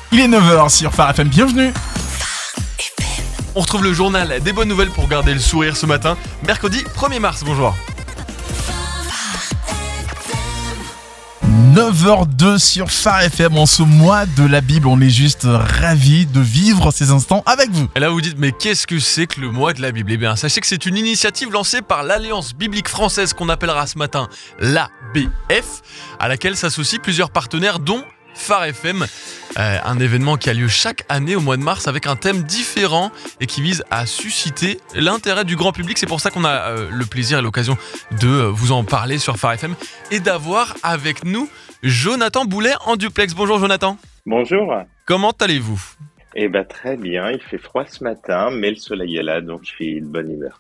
Il est 9h sur Phare FM, bienvenue. On retrouve le journal des bonnes nouvelles pour garder le sourire ce matin, mercredi 1er mars, bonjour. 9h02 sur Phare FM, en ce mois de la Bible, on est juste ravis de vivre ces instants avec vous. Et là vous vous dites, mais qu'est-ce que c'est que le mois de la Bible ? Eh bien, sachez que c'est une initiative lancée par l'Alliance biblique française qu'on appellera ce matin l'ABF, à laquelle s'associent plusieurs partenaires dont Phare FM, un événement qui a lieu chaque année au mois de mars avec un thème différent et qui vise à susciter l'intérêt du grand public. C'est pour ça qu'on a le plaisir et l'occasion de vous en parler sur Phare FM et d'avoir avec nous Jonathan Boulet en duplex. Bonjour Jonathan. Bonjour. Comment allez-vous ? Eh ben très bien, il fait froid ce matin, mais le soleil est là, donc je suis de bonne humeur.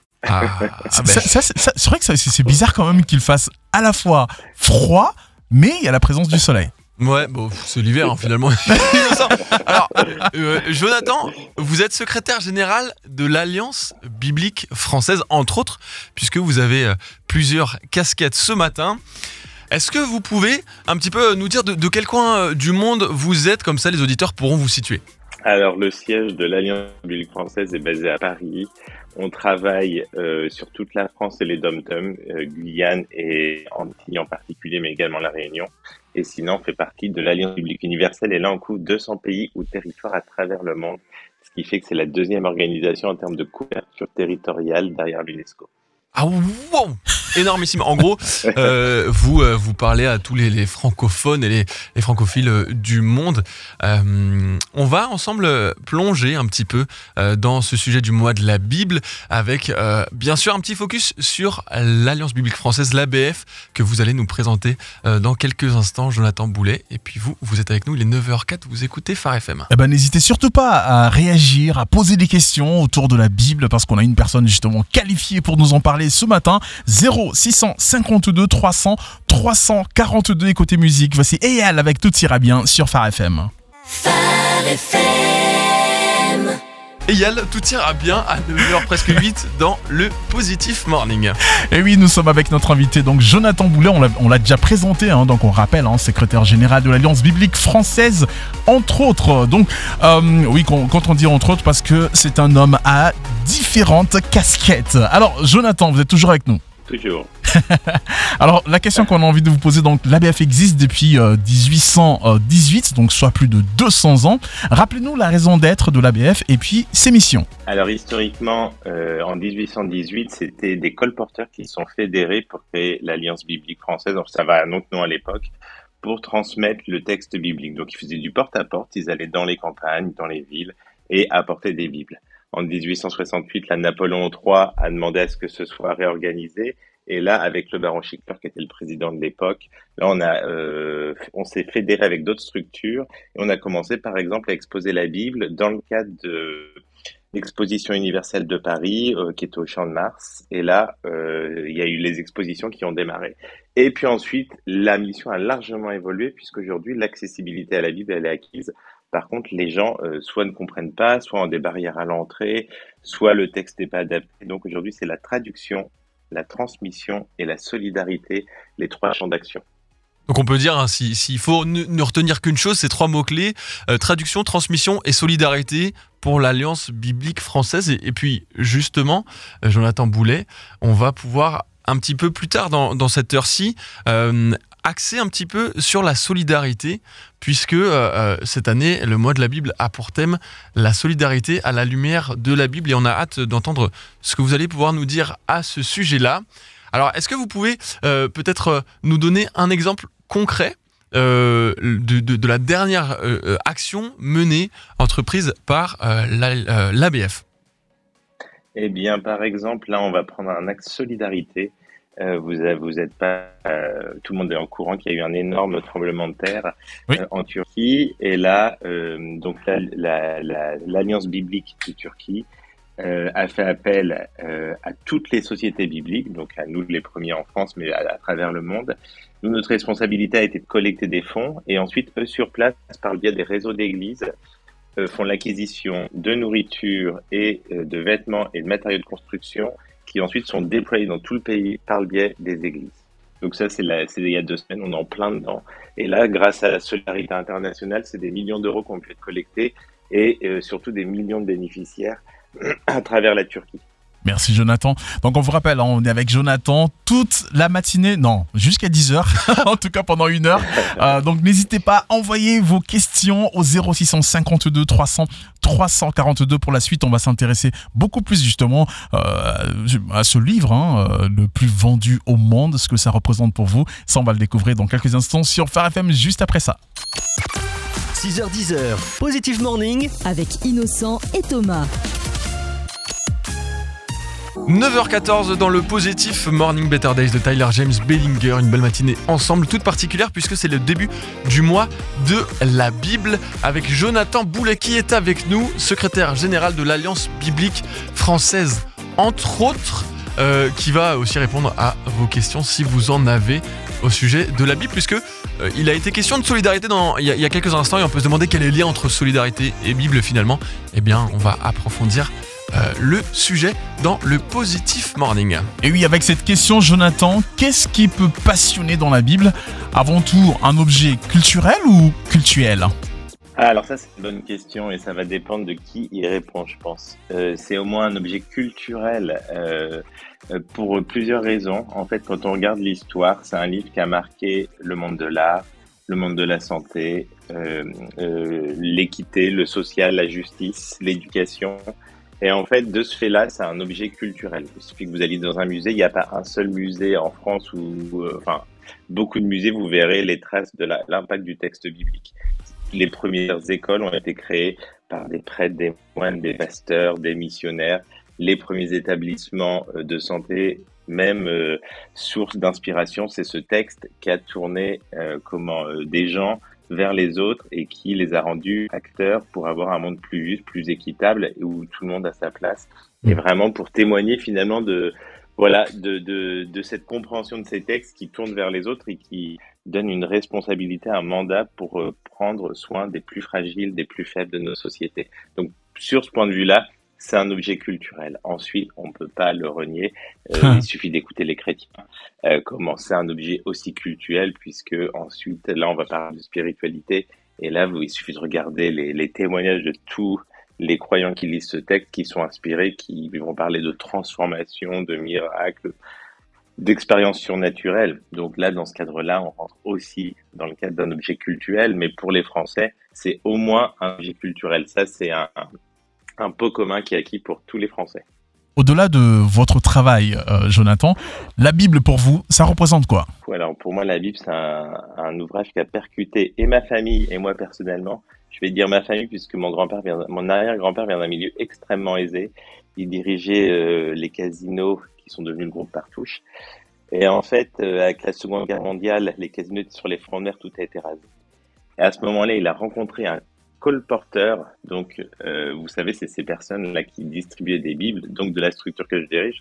C'est vrai que c'est bizarre quand même qu'il fasse à la fois froid, mais il y a la présence du soleil. Ouais, bon, c'est l'hiver finalement. Alors, Jonathan, vous êtes secrétaire général de l'Alliance biblique française, entre autres, puisque vous avez plusieurs casquettes ce matin. Est-ce que vous pouvez un petit peu nous dire de quel coin du monde vous êtes, comme ça les auditeurs pourront vous situer ? Alors, le siège de l'Alliance biblique française est basé à Paris. On travaille sur toute la France et les DOM-TOM, Guyane et Antilles en particulier, mais également la Réunion. Et sinon, on fait partie de l'Alliance biblique universelle. Et là, on couvre 200 pays ou territoires à travers le monde, ce qui fait que c'est la deuxième organisation en termes de couverture territoriale derrière l'UNESCO. Ah wow, énormissime. En gros, vous parlez à tous les francophones et les francophiles du monde. On va ensemble plonger un petit peu dans ce sujet du mois de la Bible avec bien sûr un petit focus sur l'Alliance biblique française, l'ABF, que vous allez nous présenter dans quelques instants, Jonathan Boulet. Et puis vous êtes avec nous, il est 9h04, vous écoutez Phare FM. Eh ben, n'hésitez surtout pas à réagir, à poser des questions autour de la Bible, parce qu'on a une personne justement qualifiée pour nous en parler ce matin. 0652 300 342. Et côté musique, voici Eyal avec Tout ira bien sur Phare FM. Phare FM. Eyal, tout ira bien à 9h presque 8 dans le Positif Morning. Et oui, nous sommes avec notre invité, donc Jonathan Boulet, on l'a déjà présenté, donc on rappelle, secrétaire général de l'Alliance biblique française, entre autres. Donc, oui, quand on dit entre autres, parce que c'est un homme à différentes casquettes. Alors, Jonathan, vous êtes toujours avec nous ? Toujours. Alors, la question qu'on a envie de vous poser, donc l'ABF existe depuis 1818, donc soit plus de 200 ans. Rappelez-nous la raison d'être de l'ABF et puis ses missions. Alors, historiquement, en 1818, c'était des colporteurs qui sont fédérés pour créer l'Alliance biblique française. Donc, ça va à un autre nom à l'époque, pour transmettre le texte biblique. Donc, ils faisaient du porte-à-porte, ils allaient dans les campagnes, dans les villes et apportaient des Bibles. En 1868, Napoléon III a demandé à ce que ce soit réorganisé. Et là, avec le baron Schickler, qui était le président de l'époque, là, on s'est fédéré avec d'autres structures. Et on a commencé, par exemple, à exposer la Bible dans le cadre de l'exposition universelle de Paris, qui est au Champ de Mars. Et là, il y a eu les expositions qui ont démarré. Et puis ensuite, la mission a largement évolué, puisqu'aujourd'hui, l'accessibilité à la Bible, elle est acquise. Par contre, les gens soit ne comprennent pas, soit ont des barrières à l'entrée, soit le texte n'est pas adapté. Donc aujourd'hui, c'est la traduction, la transmission et la solidarité, les trois champs d'action. Donc on peut dire, s'il faut ne retenir qu'une chose, c'est trois mots-clés, traduction, transmission et solidarité pour l'Alliance biblique française. Et puis justement, Jonathan Boulet, on va pouvoir un petit peu plus tard dans cette heure-ci axer un petit peu sur la solidarité, puisque cette année, le mois de la Bible a pour thème la solidarité à la lumière de la Bible, et on a hâte d'entendre ce que vous allez pouvoir nous dire à ce sujet-là. Alors, est-ce que vous pouvez peut-être nous donner un exemple concret de la dernière action menée, entreprise par l'ABF ? Eh bien, par exemple, là, on va prendre un axe solidarité. Vous êtes pas, tout le monde est au courant qu'il y a eu un énorme tremblement de terre en Turquie, et là, donc l'Alliance biblique de Turquie a fait appel à toutes les sociétés bibliques, donc à nous les premiers en France, mais à travers le monde. Nous, notre responsabilité a été de collecter des fonds, et ensuite, eux, sur place, par le biais des réseaux d'églises, font l'acquisition de nourriture et de vêtements et de matériaux de construction qui ensuite sont déployés dans tout le pays par le biais des églises. Donc ça, c'est il y a 2 semaines, on est en plein dedans. Et là, grâce à la solidarité internationale, c'est des millions d'euros qui ont pu être collectés et surtout des millions de bénéficiaires à travers la Turquie. Merci Jonathan. Donc on vous rappelle, on est avec Jonathan toute la matinée, non, jusqu'à 10h, en tout cas pendant 1 heure. Donc n'hésitez pas à envoyer vos questions au 0652 300 342 pour la suite. On va s'intéresser beaucoup plus justement à ce livre, le plus vendu au monde, ce que ça représente pour vous. Ça, on va le découvrir dans quelques instants sur Phare FM juste après ça. 6h-10h, Positive Morning avec Innocent et Thomas. 9h14 dans le Positif Morning Better Days de Tyler James Bellinger. Une belle matinée ensemble, toute particulière puisque c'est le début du mois de la Bible avec Jonathan Boulet qui est avec nous, secrétaire général de l'Alliance biblique française, entre autres, qui va aussi répondre à vos questions si vous en avez au sujet de la Bible, puisque il a été question de solidarité il y a quelques instants et on peut se demander quel est le lien entre solidarité et Bible finalement. Eh bien, on va approfondir le sujet dans le Positive Morning. Et oui, avec cette question, Jonathan, qu'est-ce qui peut passionner dans la Bible ? Avant tout, un objet culturel ou cultuel ? Alors ça, c'est une bonne question et ça va dépendre de qui y répond, je pense. C'est au moins un objet culturel pour plusieurs raisons. En fait, quand on regarde l'histoire, c'est un livre qui a marqué le monde de l'art, le monde de la santé, l'équité, le social, la justice, l'éducation. Et en fait, de ce fait-là, c'est un objet culturel. Il suffit que vous alliez dans un musée, il n'y a pas un seul musée en France où, beaucoup de musées, vous verrez les traces de l'impact du texte biblique. Les premières écoles ont été créées par des prêtres, des moines, des pasteurs, des missionnaires. Les premiers établissements de santé, même source d'inspiration, c'est ce texte qui a tourné des gens vers les autres et qui les a rendus acteurs pour avoir un monde plus juste, plus équitable et où tout le monde a sa place. Et vraiment pour témoigner finalement de cette compréhension de ces textes qui tournent vers les autres et qui donnent une responsabilité, un mandat pour prendre soin des plus fragiles, des plus faibles de nos sociétés. Donc sur ce point de vue-là, c'est un objet culturel. Ensuite, on ne peut pas le renier. Il suffit d'écouter les chrétiens. Comment c'est un objet aussi cultuel, puisque ensuite, là, on va parler de spiritualité. Et là, il suffit de regarder les témoignages de tous les croyants qui lisent ce texte, qui sont inspirés, qui vont parler de transformation, de miracles, d'expériences surnaturelles. Donc là, dans ce cadre-là, on rentre aussi dans le cadre d'un objet culturel. Mais pour les Français, c'est au moins un objet culturel. Ça, c'est un pot commun qui est acquis pour tous les Français. Au-delà de votre travail, Jonathan, la Bible pour vous, ça représente quoi ? Alors pour moi, la Bible, c'est un ouvrage qui a percuté et ma famille et moi personnellement. Je vais dire ma famille puisque mon arrière-grand-père vient d'un milieu extrêmement aisé. Il dirigeait les casinos qui sont devenus le groupe Partouche. Et en fait, avec la Seconde Guerre mondiale, les casinos étaient sur les fronts de mer, tout a été rasé. Et à ce moment-là, il a rencontré un colporteur, donc vous savez, c'est ces personnes-là qui distribuaient des Bibles, donc de la structure que je dirige,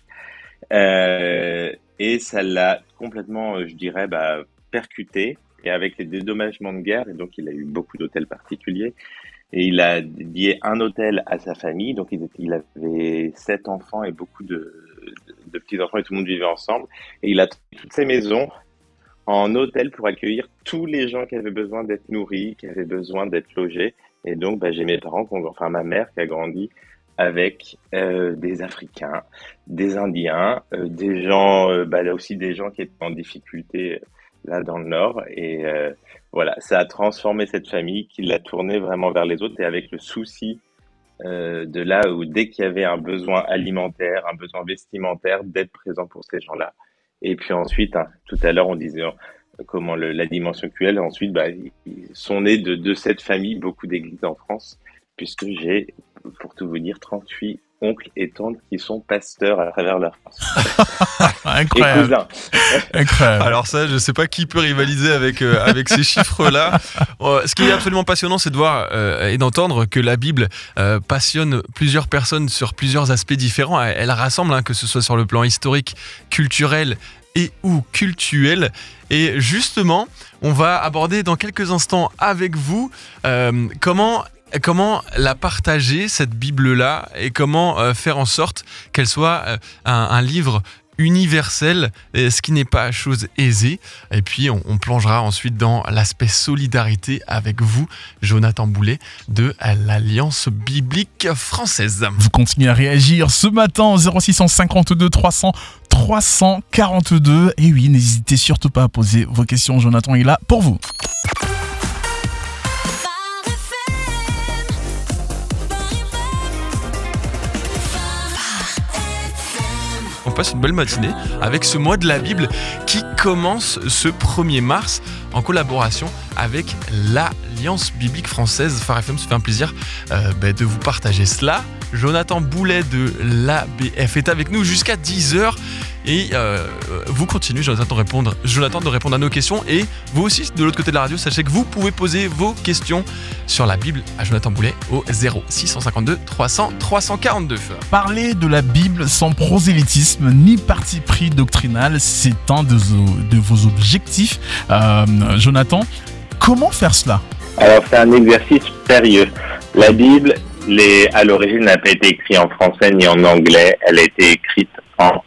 et ça l'a complètement, je dirais, percuté, et avec les dédommagements de guerre, et donc il a eu beaucoup d'hôtels particuliers, et il a dédié un hôtel à sa famille, donc il avait 7 enfants et beaucoup de petits-enfants, et tout le monde vivait ensemble, et il a toutes ces maisons en hôtel pour accueillir tous les gens qui avaient besoin d'être nourris, qui avaient besoin d'être logés. Et donc, j'ai mes parents, ma mère qui a grandi avec des Africains, des Indiens, des gens, là aussi des gens qui étaient en difficulté là dans le Nord. Et voilà, ça a transformé cette famille qui l'a tournée vraiment vers les autres et avec le souci de là où dès qu'il y avait un besoin alimentaire, un besoin vestimentaire, d'être présent pour ces gens-là. Et puis ensuite, tout à l'heure, on disait comment la dimension culturelle. Ensuite, sont nés de cette famille beaucoup d'églises en France, puisque j'ai, pour tout vous dire, 38 oncles et tantes qui sont pasteurs à travers leur France. Incroyable. Et cousins. Incroyable. Alors ça, je sais pas qui peut rivaliser avec ces chiffres-là. Ce qui est absolument passionnant, c'est de voir et d'entendre que la Bible passionne plusieurs personnes sur plusieurs aspects différents. Elle rassemble, que ce soit sur le plan historique, culturel et ou cultuel. Et justement, on va aborder dans quelques instants avec vous comment la partager, cette Bible-là, et comment faire en sorte qu'elle soit un livre universelle, ce qui n'est pas chose aisée. Et puis on plongera ensuite dans l'aspect solidarité avec vous, Jonathan Boulet de l'Alliance biblique française. Vous continuez à réagir ce matin au 0652 300 342. Et oui, n'hésitez surtout pas à poser vos questions. Jonathan est là pour vous. On passe une belle matinée avec ce mois de la Bible qui commence ce 1er mars en collaboration avec l'Alliance biblique française. Phare FM se fait un plaisir de vous partager cela. Jonathan Boulet de l'ABF est avec nous jusqu'à 10h et vous continuez, Jonathan, de répondre à nos questions, et vous aussi de l'autre côté de la radio, sachez que vous pouvez poser vos questions sur la Bible à Jonathan Boulet au 0652 300 342. Parler de la Bible sans prosélytisme ni parti pris doctrinal, c'est un de vos objectifs. Jonathan, comment faire cela ? Alors, c'est un exercice sérieux. La Bible, à l'origine, n'a pas été écrite en français ni en anglais. Elle a été écrite en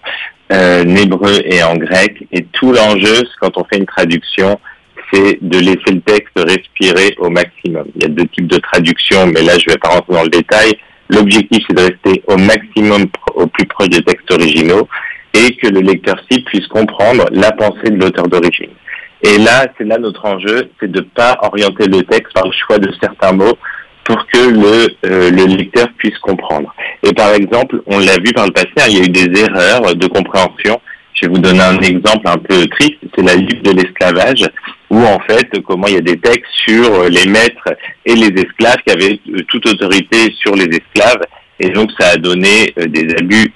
hébreu et en grec. Et tout l'enjeu, quand on fait une traduction, c'est de laisser le texte respirer au maximum. Il y a 2 types de traductions, mais là, je ne vais pas rentrer dans le détail. L'objectif, c'est de rester au maximum au plus proche des textes originaux et que le lecteur cible puisse comprendre la pensée de l'auteur d'origine. Et là, c'est là notre enjeu, c'est de ne pas orienter le texte par le choix de certains mots pour que le lecteur puisse comprendre. Et par exemple, on l'a vu par le passé, il y a eu des erreurs de compréhension. Je vais vous donner un exemple un peu triste, c'est la lutte de l'esclavage, où en fait, comment il y a des textes sur les maîtres et les esclaves qui avaient toute autorité sur les esclaves, et donc ça a donné des abus,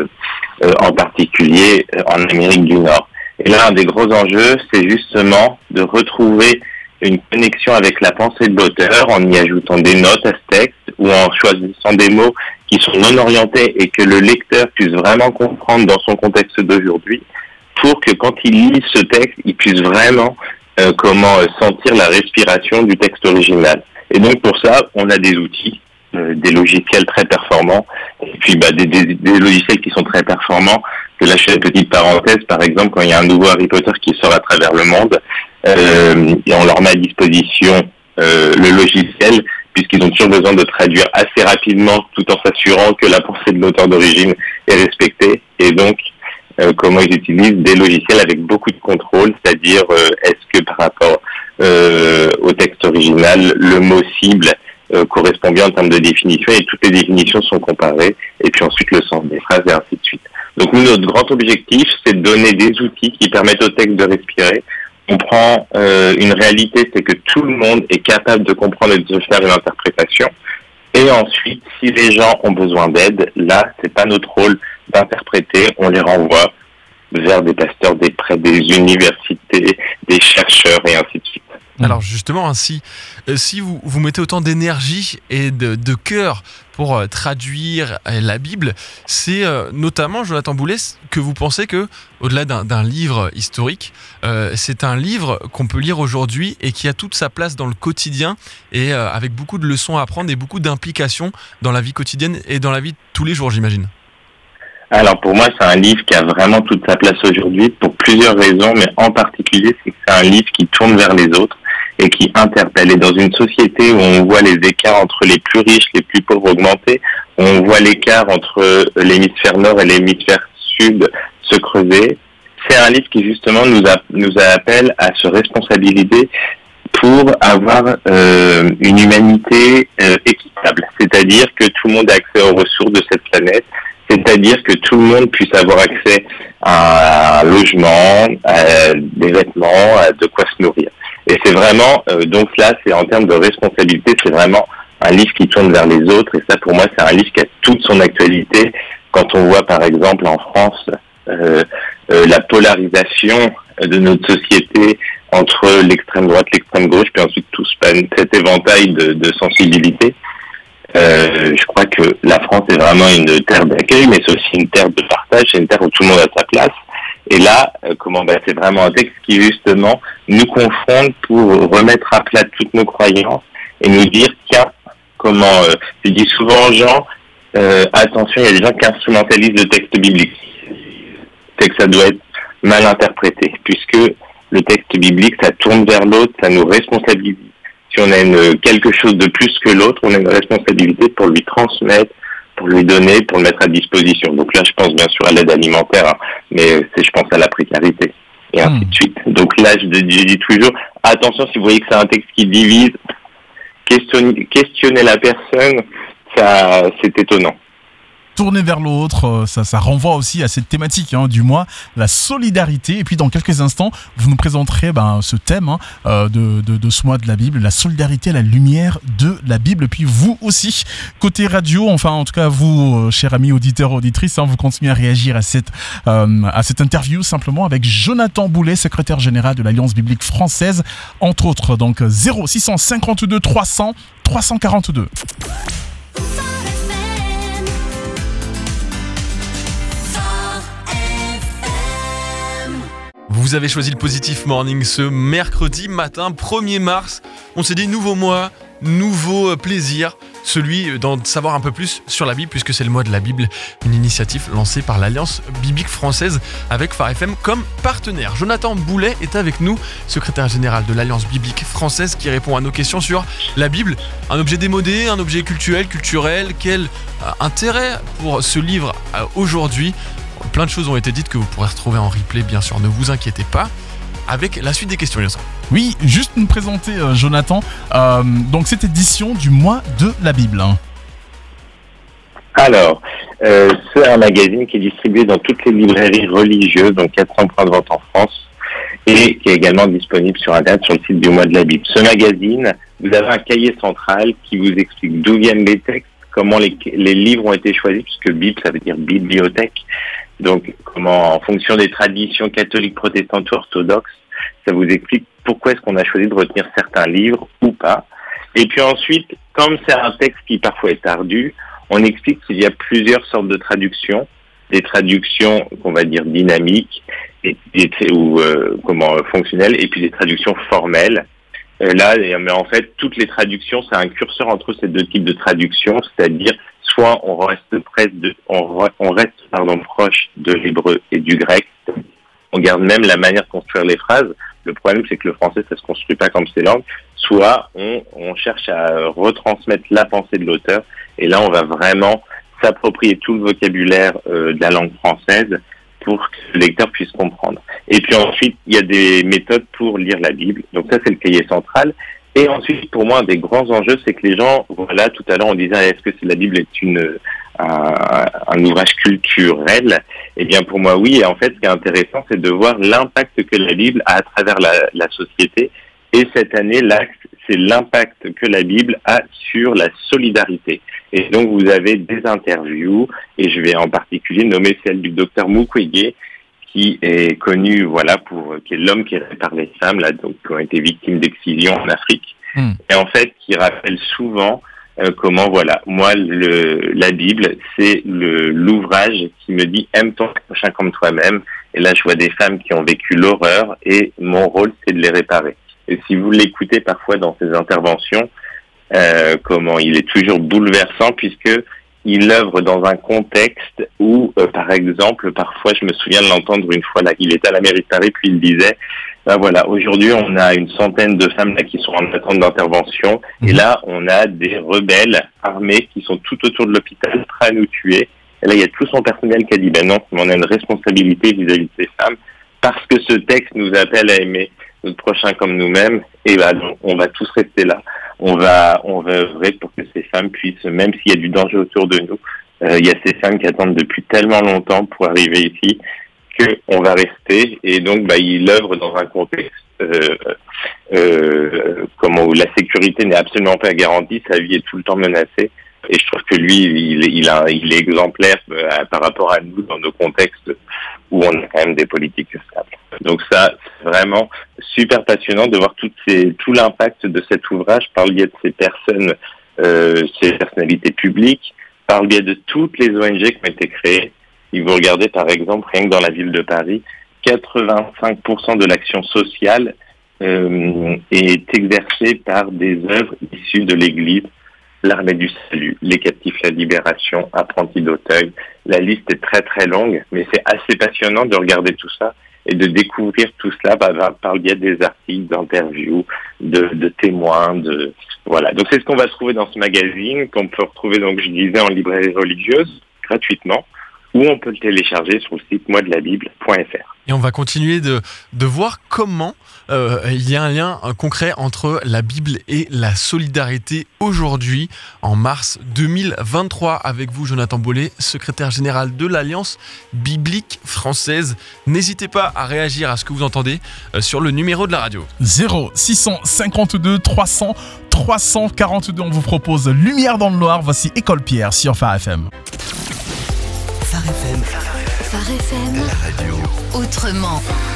en particulier en Amérique du Nord. Et là, un des gros enjeux, c'est justement de retrouver une connexion avec la pensée de l'auteur en y ajoutant des notes à ce texte ou en choisissant des mots qui sont non orientés et que le lecteur puisse vraiment comprendre dans son contexte d'aujourd'hui pour que quand il lit ce texte, il puisse vraiment sentir la respiration du texte original. Et donc pour ça, on a des outils, des logiciels très performants et puis des logiciels qui sont très performants. Que là, je fais une petite parenthèse, par exemple, quand il y a un nouveau Harry Potter qui sort à travers le monde, et on leur met à disposition le logiciel, puisqu'ils ont toujours besoin de traduire assez rapidement, tout en s'assurant que la pensée de l'auteur d'origine est respectée. Et donc, comment ils utilisent des logiciels avec beaucoup de contrôle, c'est-à-dire est-ce que par rapport au texte original, le mot cible correspond bien en termes de définition, et toutes les définitions sont comparées, et puis ensuite le sens des phrases, et ainsi de suite. Donc nous, notre grand objectif, c'est de donner des outils qui permettent au texte de respirer. On prend une réalité, c'est que tout le monde est capable de comprendre et de faire une interprétation. Et ensuite, si les gens ont besoin d'aide, là, c'est pas notre rôle d'interpréter, on les renvoie vers des pasteurs, des prêtres, des universités, des chercheurs, et ainsi de suite. Alors justement, si vous mettez autant d'énergie et de cœur pour traduire la Bible, c'est notamment, Jonathan Boulet, que vous pensez que, au-delà d'un livre historique, c'est un livre qu'on peut lire aujourd'hui et qui a toute sa place dans le quotidien et avec beaucoup de leçons à apprendre et beaucoup d'implications dans la vie quotidienne et dans la vie de tous les jours, j'imagine. Alors pour moi, c'est un livre qui a vraiment toute sa place aujourd'hui pour plusieurs raisons, mais en particulier, c'est que c'est un livre qui tourne vers les autres et qui interpelle. Et dans une société où on voit les écarts entre les plus riches, les plus pauvres augmenter, où on voit l'écart entre l'hémisphère nord et l'hémisphère sud se creuser, c'est un livre qui justement nous appelle à se responsabiliser pour avoir une humanité équitable. C'est-à-dire que tout le monde a accès aux ressources de cette planète, c'est-à-dire que tout le monde puisse avoir accès à un logement, à des vêtements, à de quoi se nourrir. Et c'est vraiment, donc là, c'est en termes de responsabilité, c'est vraiment un livre qui tourne vers les autres. Et ça, pour moi, c'est un livre qui a toute son actualité. Quand on voit, par exemple, en France, la polarisation de notre société entre l'extrême droite, l'extrême gauche, puis ensuite tout cet éventail de sensibilité. Je crois que la France est vraiment une terre d'accueil, mais c'est aussi une terre de partage, c'est une terre où tout le monde a sa place. Et là, c'est vraiment un texte qui justement nous confronte pour remettre à plat toutes nos croyances et nous dire tiens, je dis souvent aux gens, attention, il y a des gens qui instrumentalisent le texte biblique. c'est que ça doit être mal interprété, puisque le texte biblique, ça tourne vers l'autre, ça nous responsabilise. Si on a quelque chose de plus que l'autre, on a une responsabilité pour lui transmettre, pour lui donner, pour le mettre à disposition. Donc là, je pense bien sûr à l'aide alimentaire, mais je pense à la précarité, et ainsi de suite. Donc là, je dis toujours, attention, si vous voyez que c'est un texte qui divise, questionner la personne, ça, c'est étonnant. Tourner vers l'autre, ça renvoie aussi à cette thématique du mois, la solidarité. Et puis dans quelques instants, vous nous présenterez ce thème de ce mois de la Bible, la solidarité à la lumière de la Bible. Et puis vous aussi, côté radio, enfin en tout cas vous, chers amis auditeurs, auditrices, vous continuez à réagir à cette interview simplement avec Jonathan Boulet, secrétaire général de l'Alliance biblique française, entre autres. Donc 0652 300 342. Vous avez choisi le Positif Morning ce mercredi matin, 1er mars. On s'est dit nouveau mois, nouveau plaisir, celui d'en savoir un peu plus sur la Bible, puisque c'est le mois de la Bible, une initiative lancée par l'Alliance biblique française avec Phare FM comme partenaire. Jonathan Boulet est avec nous, secrétaire général de l'Alliance biblique française, qui répond à nos questions sur la Bible. Un objet démodé, un objet culturel, quel intérêt pour ce livre aujourd'hui? Plein de choses ont été dites que vous pourrez retrouver en replay, bien sûr, ne vous inquiétez pas, avec la suite des questions, bien sûr. Oui, juste nous présenter, Jonathan, donc cette édition du mois de la Bible. Alors, c'est un magazine qui est distribué dans toutes les librairies religieuses, donc 400 points de vente en France, et qui est également disponible sur Internet, sur le site du mois de la Bible. Ce magazine, vous avez un cahier central qui vous explique d'où viennent les textes, comment les livres ont été choisis, puisque Bible, ça veut dire bibliothèque. Donc, comment, en fonction des traditions catholiques, protestantes ou orthodoxes, ça vous explique pourquoi est-ce qu'on a choisi de retenir certains livres ou pas. Et puis ensuite, comme c'est un texte qui parfois est ardu, on explique qu'il y a plusieurs sortes de traductions. Des traductions, qu'on va dire, dynamiques ou fonctionnelles, et puis des traductions formelles. Mais en fait, toutes les traductions, c'est un curseur entre ces deux types de traductions, c'est-à-dire soit on reste proche de l'hébreu et du grec, on garde même la manière de construire les phrases. Le problème, c'est que le français, ça se construit pas comme ces langues. Soit on cherche à retransmettre la pensée de l'auteur, et là, on va vraiment s'approprier tout le vocabulaire de la langue française pour que le lecteur puisse comprendre. Et puis ensuite, il y a des méthodes pour lire la Bible. Donc ça, c'est le cahier central. Et ensuite, pour moi, un des grands enjeux, c'est que les gens, voilà, tout à l'heure, on disait, est-ce que la Bible est un ouvrage culturel? Eh bien, pour moi, oui. Et en fait, ce qui est intéressant, c'est de voir l'impact que la Bible a à travers la société. Et cette année, l'axe, c'est l'impact que la Bible a sur la solidarité. Et donc, vous avez des interviews, et je vais en particulier nommer celle du docteur Mukwege, qui est connu, qui est l'homme qui répare les femmes, donc, qui ont été victimes d'excision en Afrique. Et en fait, qui rappelle souvent comment, moi, la Bible, c'est l'ouvrage qui me dit « aime ton prochain comme toi-même ». Et là, je vois des femmes qui ont vécu l'horreur, et mon rôle, c'est de les réparer. Et si vous l'écoutez parfois dans ses interventions, comment il est toujours bouleversant, puisque il œuvre dans un contexte où, par exemple, parfois, je me souviens de l'entendre une fois, là, il était à la mairie de Paris, puis il disait, aujourd'hui, on a une centaine de femmes là qui sont en attente d'intervention, et là, on a des rebelles armés qui sont tout autour de l'hôpital, prêts à nous tuer. Et là, il y a tout son personnel qui a dit, non, on a une responsabilité vis-à-vis de ces femmes, parce que ce texte nous appelle à aimer notre prochain comme nous-mêmes, et donc, on va tous rester là. On va œuvrer pour que ces femmes puissent, même s'il y a du danger autour de nous, il y a ces femmes qui attendent depuis tellement longtemps pour arriver ici, qu'on va rester. Et donc, il œuvre dans un contexte où la sécurité n'est absolument pas garantie, sa vie est tout le temps menacée. Et je trouve que lui, il est exemplaire par rapport à nous dans nos contextes où on a quand même des politiques stables. Donc ça, c'est vraiment super passionnant de voir tout l'impact de cet ouvrage par le biais de ces personnes, ces personnalités publiques, par le biais de toutes les ONG qui ont été créées. Si vous regardez par exemple, rien que dans la ville de Paris, 85% de l'action sociale est exercée par des œuvres issues de l'Église. L'Armée du Salut, Les Captifs, la Libération, Apprentis d'Auteuil. La liste est très très longue, mais c'est assez passionnant de regarder tout ça et de découvrir tout cela par le biais des articles, d'interviews, de témoins, voilà. Donc c'est ce qu'on va trouver dans ce magazine, qu'on peut retrouver, donc je disais, en librairie religieuse, gratuitement, ou on peut le télécharger sur le site moisdelabible.fr. Et on va continuer de voir comment il y a un lien concret entre la Bible et la solidarité aujourd'hui, en mars 2023. Avec vous, Jonathan Boulay, secrétaire général de l'Alliance biblique française. N'hésitez pas à réagir à ce que vous entendez sur le numéro de la radio. 0652 300 342. On vous propose Lumière dans le noir. Voici École Pierre sur Phare FM. Phare FM. Phare FM. La radio. Autrement.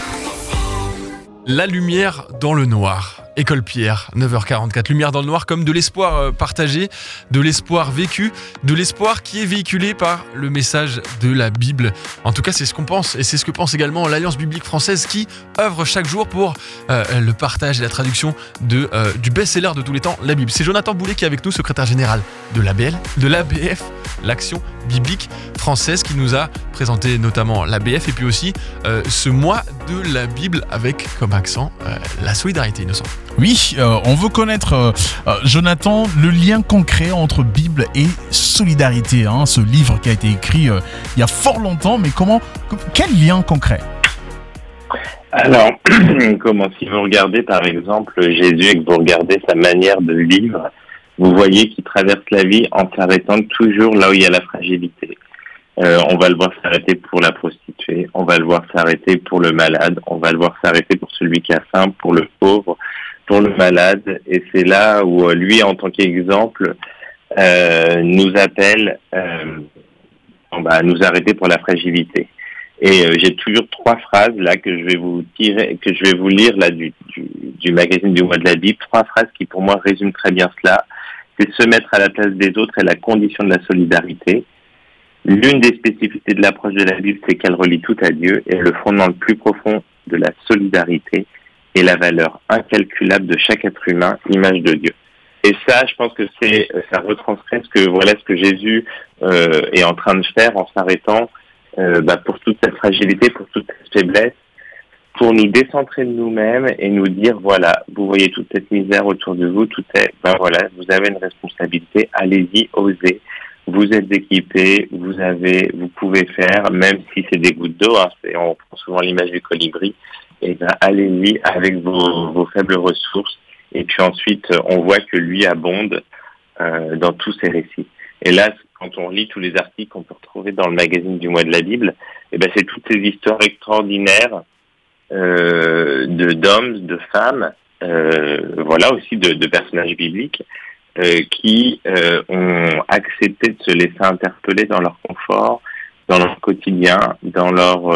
La lumière dans le noir. École Pierre, 9h44. Lumière dans le noir, comme de l'espoir partagé, de l'espoir vécu, de l'espoir qui est véhiculé par le message de la Bible. En tout cas, c'est ce qu'on pense, et c'est ce que pense également l'Alliance biblique française, qui œuvre chaque jour pour le partage et la traduction du best-seller de tous les temps, la Bible. C'est Jonathan Boulay qui est avec nous, secrétaire général de l'ABF, l'Action biblique française, qui nous a présenté notamment l'ABF et puis aussi ce mois de la Bible avec comme accent la solidarité, Innocent. Oui, on veut connaître, Jonathan, le lien concret entre Bible et solidarité. Ce livre qui a été écrit il y a fort longtemps, mais quel lien concret ? Alors, si vous regardez par exemple Jésus et que vous regardez sa manière de vivre, vous voyez qu'il traverse la vie en s'arrêtant toujours là où il y a la fragilité. On va le voir s'arrêter pour la prostituée, on va le voir s'arrêter pour le malade, on va le voir s'arrêter pour celui qui a faim, pour le pauvre, pour le malade. Et c'est là où lui, en tant qu'exemple, nous appelle à nous arrêter pour la fragilité. Et j'ai toujours 3 phrases là que je vais vous lire là du magazine du mois de la Bible. 3 phrases qui pour moi résument très bien cela. C'est se mettre à la place des autres est la condition de la solidarité. L'une des spécificités de l'approche de la Bible, c'est qu'elle relie tout à Dieu, et le fondement le plus profond de la solidarité est la valeur incalculable de chaque être humain, image de Dieu. Et ça, je pense que ça retranscrit ce que Jésus est en train de faire en s'arrêtant pour toute cette fragilité, pour toute cette faiblesse, pour nous décentrer de nous-mêmes et nous dire, voilà, vous voyez toute cette misère autour de vous, vous avez une responsabilité, allez-y, osez. Vous êtes équipés, vous pouvez faire, même si c'est des gouttes d'eau, on prend souvent l'image du colibri, et allez-y avec vos faibles ressources, et puis ensuite, on voit que lui abonde dans tous ses récits. Et là, quand on lit tous les articles qu'on peut retrouver dans le magazine du mois de la Bible, c'est toutes ces histoires extraordinaires d'hommes, de femmes, aussi de personnages bibliques, qui ont accepté de se laisser interpeller dans leur confort, dans leur quotidien, dans leur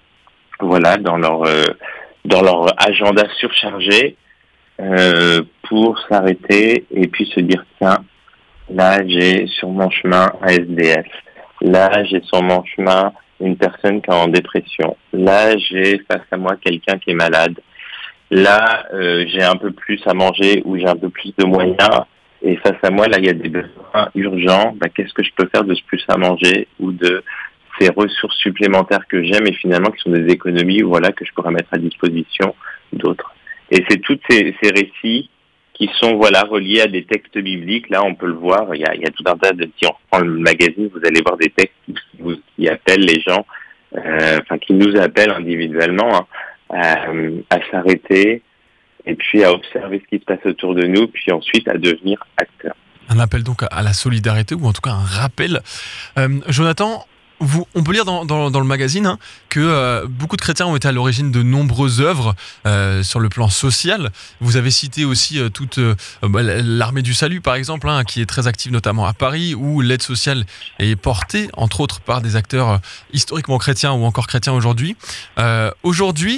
agenda surchargé, pour s'arrêter et puis se dire, tiens, là j'ai sur mon chemin un SDF, là j'ai sur mon chemin une personne qui est en dépression, là j'ai face à moi quelqu'un qui est malade, là j'ai un peu plus à manger ou j'ai un peu plus de moyens. Et face à moi, là, il y a des besoins urgents. Qu'est-ce que je peux faire de ce plus à manger ou de ces ressources supplémentaires que j'ai, mais finalement qui sont des économies que je pourrais mettre à disposition d'autres. Et c'est tous ces récits qui sont reliés à des textes bibliques. Là, on peut le voir. Il y a tout un tas de. Si on reprend le magazine, vous allez voir des textes qui appellent les gens, qui nous appellent individuellement à s'arrêter. Et puis à observer ce qui se passe autour de nous, puis ensuite à devenir acteur. Un appel donc à la solidarité, ou en tout cas un rappel. Jonathan, on peut lire dans le magazine que beaucoup de chrétiens ont été à l'origine de nombreuses œuvres sur le plan social. Vous avez cité aussi toute l'Armée du Salut, par exemple, qui est très active notamment à Paris, où l'aide sociale est portée, entre autres, par des acteurs historiquement chrétiens ou encore chrétiens aujourd'hui. Aujourd'hui,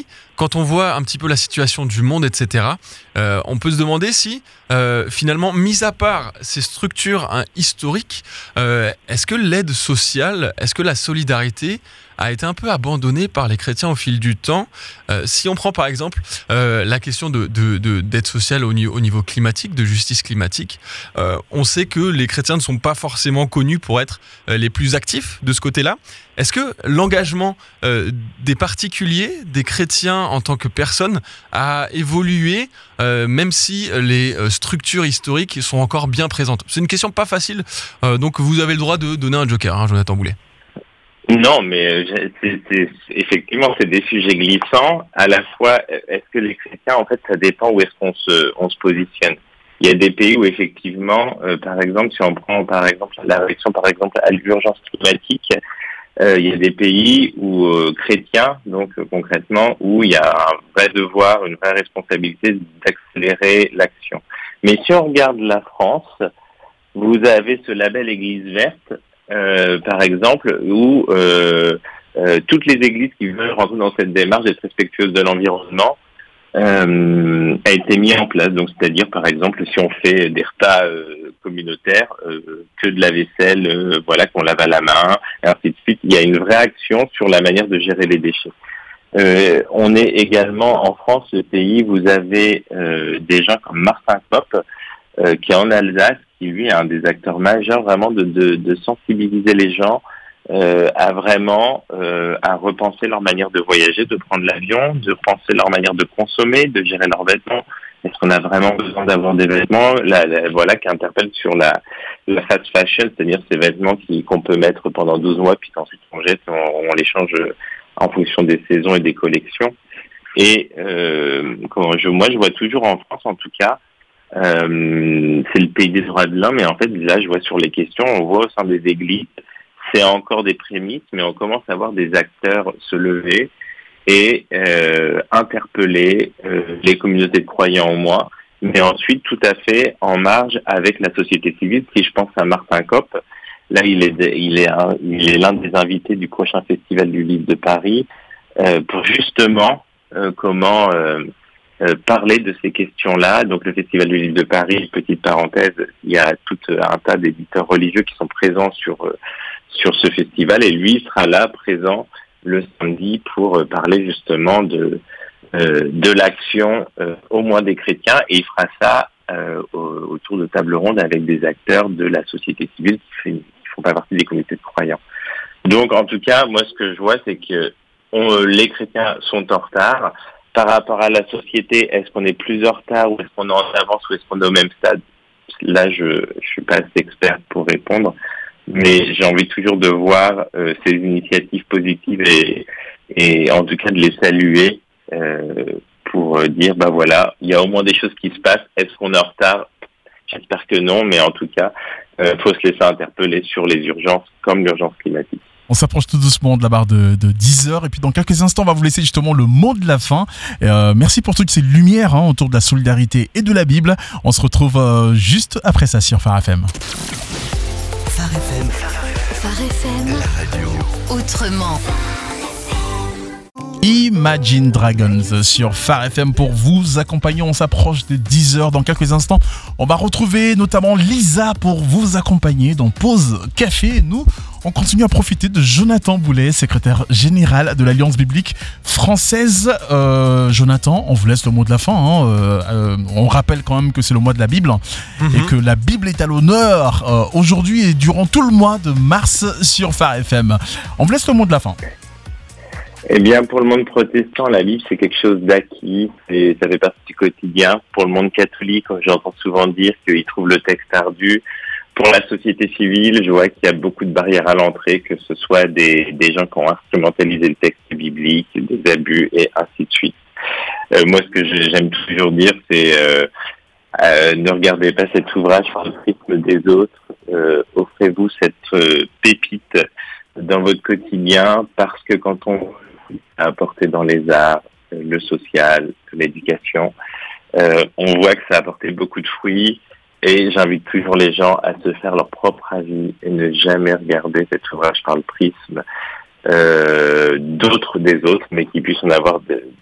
quand on voit un petit peu la situation du monde, etc., on peut se demander si, finalement, mis à part ces structures historiques, est-ce que l'aide sociale, est-ce que la solidarité a été un peu abandonnée par les chrétiens au fil du temps. Si on prend par exemple la question d'aide sociale au niveau climatique, de justice climatique, on sait que les chrétiens ne sont pas forcément connus pour être les plus actifs de ce côté-là. Est-ce que l'engagement des particuliers, des chrétiens en tant que personnes, a évolué, même si les structures historiques sont encore bien présentes? C'est une question pas facile, donc vous avez le droit de donner un joker, hein, Jonathan Boulet. Non, mais effectivement, c'est des sujets glissants. À la fois, est-ce que les chrétiens, en fait, ça dépend où est-ce qu'on se positionne. Il y a des pays où effectivement, par exemple, si on prend par exemple la réaction, par exemple, à l'urgence climatique, il y a des pays où chrétiens, donc concrètement, où il y a un vrai devoir, une vraie responsabilité d'accélérer l'action. Mais si on regarde la France, vous avez ce label Église verte. Par exemple, où toutes les églises qui veulent rentrer dans cette démarche d'être respectueuses de l'environnement a été mis en place. Donc, c'est-à-dire, par exemple, si on fait des repas communautaires, que de la vaisselle, voilà, qu'on lave à la main, et ainsi de suite, il y a une vraie action sur la manière de gérer les déchets. On est également en France, le pays, vous avez des gens comme Martin Kopp, qui est en Alsace, qui lui est un des acteurs majeurs vraiment de sensibiliser les gens à vraiment à repenser leur manière de voyager, de prendre l'avion, de penser leur manière de consommer, de gérer leurs vêtements. Est-ce qu'on a vraiment besoin d'avoir des vêtements voilà, qui interpelle sur la fast fashion, c'est-à-dire ces vêtements qu'on peut mettre pendant 12 mois, puis ensuite on jette, on les change en fonction des saisons et des collections. Et moi je vois toujours en France, en tout cas, c'est le pays des droits de l'homme, et en fait là je vois sur les questions, on voit au sein des églises, c'est encore des prémices, mais on commence à voir des acteurs se lever et interpeller les communautés de croyants au moins, mais ensuite tout à fait en marge avec la société civile. Si je pense à Martin Kopp, là il est l'un des invités du prochain festival du livre de Paris pour justement comment parler de ces questions-là. Donc le Festival du Livre de Paris, petite parenthèse, il y a tout un tas d'éditeurs religieux qui sont présents sur ce festival, et lui sera là présent le samedi pour parler justement de l'action au moins des chrétiens, et il fera ça autour de table ronde avec des acteurs de la société civile qui font pas partie des communautés de croyants. Donc en tout cas, moi ce que je vois, c'est que les chrétiens sont en retard. Par rapport à la société, est-ce qu'on est plus en retard, ou est-ce qu'on est en avance, ou est-ce qu'on est au même stade? Là, je suis pas assez expert pour répondre, mais j'ai envie toujours de voir ces initiatives positives et en tout cas de les saluer pour dire, bah voilà, il y a au moins des choses qui se passent. Est-ce qu'on est en retard? J'espère que non, mais en tout cas, faut se laisser interpeller sur les urgences, comme l'urgence climatique. On s'approche tout doucement de la barre de 10h, et puis dans quelques instants on va vous laisser justement le mot de la fin. Merci pour toutes ces lumières autour de la solidarité et de la Bible. On se retrouve juste après ça sur Phare FM. Phare FM. Phare FM. La radio. Autrement. Imagine Dragons sur Phare FM pour vous accompagner. On s'approche de 10h. Dans quelques instants, on va retrouver notamment Lisa pour vous accompagner dans Pause Café. Nous, on continue à profiter de Jonathan Boulet, secrétaire général de l'Alliance biblique française. Jonathan, on vous laisse le mot de la fin. On rappelle quand même que c'est le mois de la Bible et que la Bible est à l'honneur aujourd'hui et durant tout le mois de mars sur Phare FM. On vous laisse le mot de la fin. Eh bien, pour le monde protestant, la Bible, c'est quelque chose d'acquis, et ça fait partie du quotidien. Pour le monde catholique, j'entends souvent dire qu'ils trouvent le texte ardu. Pour la société civile, je vois qu'il y a beaucoup de barrières à l'entrée, que ce soit des gens qui ont instrumentalisé le texte biblique, des abus, et ainsi de suite. Moi, ce que j'aime toujours dire, c'est ne regardez pas cet ouvrage par le prisme des autres. Offrez-vous cette pépite dans votre quotidien, parce que quand on a apporté dans les arts, le social, l'éducation, on voit que ça a apporté beaucoup de fruits, et j'invite toujours les gens à se faire leur propre avis et ne jamais regarder cet ouvrage par le prisme des autres, mais qu'ils puissent en avoir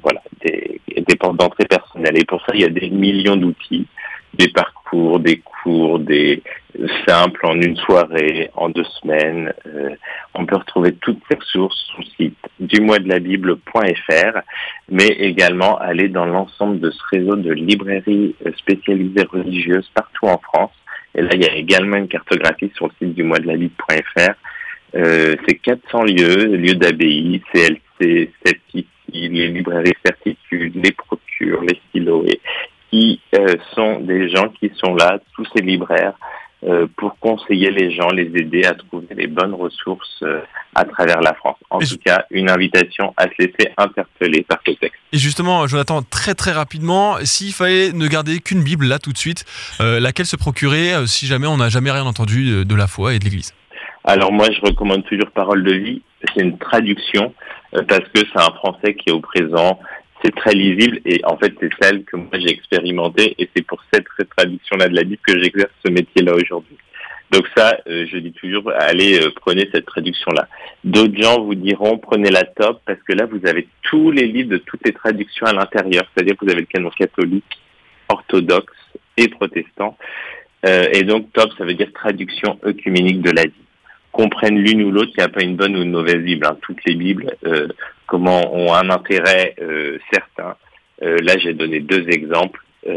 des portes d'entrée personnelles. Et pour ça, il y a des millions d'outils, des parcours, des cours, des simples en une soirée, en 2 semaines. On peut retrouver toutes ces ressources sur le site dumoisdelabible.fr, mais également aller dans l'ensemble de ce réseau de librairies spécialisées religieuses partout en France. Et là, il y a également une cartographie sur le site dumoisdelabible.fr. C'est 400 lieux d'abbaye, CLC, Septici, les librairies Certitude, les Procures, les Siloé, qui sont des gens qui sont là, tous ces libraires, pour conseiller les gens, les aider à trouver les bonnes ressources à travers la France. En tout cas, une invitation à se laisser interpeller par ce texte. Et justement, Jonathan, très très rapidement, s'il fallait ne garder qu'une Bible là tout de suite, laquelle se procurer si jamais on n'a jamais rien entendu de la foi et de l'Église? Alors moi, je recommande toujours Parole de vie. C'est une traduction parce que c'est un français qui est au présent. C'est très lisible et en fait, c'est celle que moi j'ai expérimentée et c'est pour cette traduction-là de la Bible que j'exerce ce métier-là aujourd'hui. Donc ça, je dis toujours, allez, prenez cette traduction-là. D'autres gens vous diront, prenez la top parce que là, vous avez tous les livres de toutes les traductions à l'intérieur. C'est-à-dire que vous avez le canon catholique, orthodoxe et protestant. Et donc, top, ça veut dire traduction œcuménique de la Bible. Qu'on prenne l'une ou l'autre, il n'y a pas une bonne ou une mauvaise Bible. Toutes les Bibles ont un intérêt certain. Là, j'ai donné 2 exemples.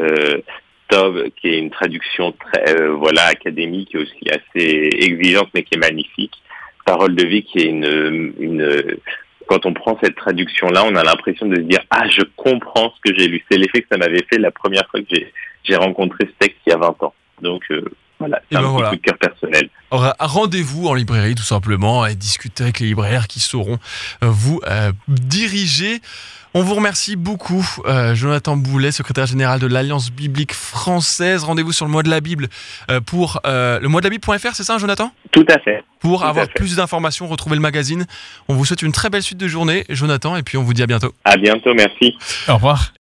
Tov, qui est une traduction très académique et aussi assez exigeante, mais qui est magnifique. Parole de vie, qui est quand on prend cette traduction-là, on a l'impression de se dire « Ah, je comprends ce que j'ai lu ». C'est l'effet que ça m'avait fait la première fois que j'ai rencontré ce texte il y a 20 ans. Donc, voilà, c'est un petit coup de cœur personnel. Alors, rendez-vous en librairie tout simplement et discutez avec les libraires qui sauront vous diriger. On vous remercie beaucoup, Jonathan Boulet, secrétaire général de l'Alliance biblique française. Rendez-vous sur le mois de la Bible pour le mois de la Bible.fr, c'est ça, Jonathan? Tout à fait. Pour avoir plus d'informations, retrouver le magazine. On vous souhaite une très belle suite de journée, Jonathan, et puis on vous dit à bientôt. À bientôt, merci. Au revoir.